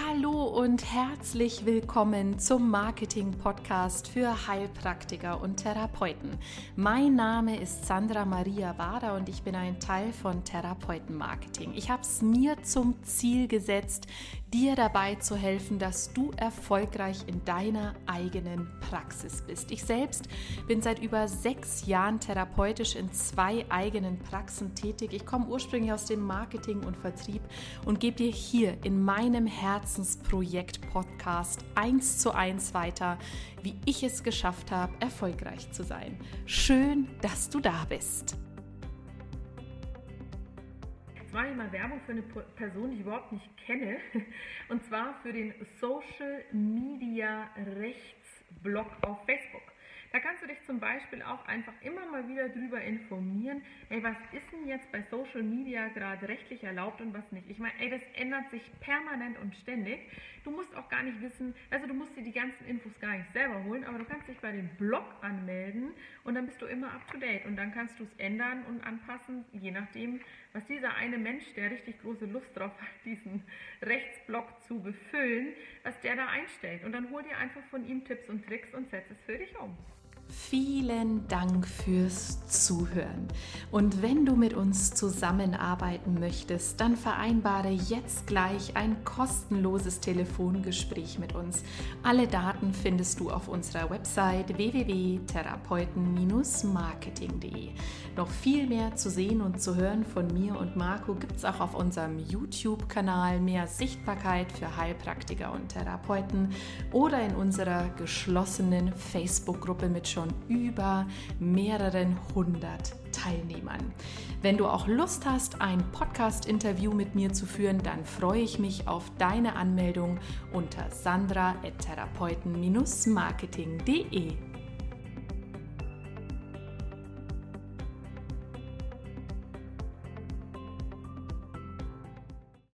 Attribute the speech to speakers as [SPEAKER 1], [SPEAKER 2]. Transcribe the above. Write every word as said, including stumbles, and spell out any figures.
[SPEAKER 1] Hallo und herzlich willkommen zum Marketing-Podcast für Heilpraktiker und Therapeuten. Mein Name ist Sandra Maria Wader und ich bin ein Teil von Therapeuten-Marketing. Ich habe es mir zum Ziel gesetzt, dir dabei zu helfen, dass du erfolgreich in deiner eigenen Praxis bist. Ich selbst bin seit über sechs Jahren therapeutisch in zwei eigenen Praxen tätig. Ich komme ursprünglich aus dem Marketing und Vertrieb und gebe dir hier in meinem Herzensprojekt-Podcast eins zu eins weiter, wie ich es geschafft habe, erfolgreich zu sein. Schön, dass du da bist.
[SPEAKER 2] Jetzt mache ich mal Werbung für eine Person, die ich überhaupt nicht kenne, und zwar für den Social Media Rechtsblog auf Facebook. Da kannst du dich zum Beispiel auch einfach immer mal wieder drüber informieren, ey, was ist denn jetzt bei Social Media gerade rechtlich erlaubt und was nicht. Ich meine, ey, das ändert sich permanent und ständig. Du musst auch gar nicht wissen, also du musst dir die ganzen Infos gar nicht selber holen, aber du kannst dich bei dem Blog anmelden und dann bist du immer up to date und dann kannst du es ändern und anpassen, je nachdem, was dieser eine Mensch, der richtig große Lust drauf hat, diesen Rechtsblog zu befüllen, was der da einstellt. Und dann hol dir einfach von ihm Tipps und Tricks und setz es für dich um.
[SPEAKER 1] Vielen Dank fürs Zuhören. Und wenn du mit uns zusammenarbeiten möchtest, dann vereinbare jetzt gleich ein kostenloses Telefongespräch mit uns. Alle Daten findest du auf unserer Website w w w punkt therapeuten Bindestrich marketing punkt de. Noch viel mehr zu sehen und zu hören von mir und Marco gibt es auch auf unserem YouTube-Kanal. Mehr Sichtbarkeit für Heilpraktiker und Therapeuten oder in unserer geschlossenen Facebook-Gruppe mit schon über mehreren hundert Teilnehmern. Wenn du auch Lust hast, ein Podcast-Interview mit mir zu führen, dann freue ich mich auf deine Anmeldung unter sandra at therapeuten Bindestrich marketing punkt de.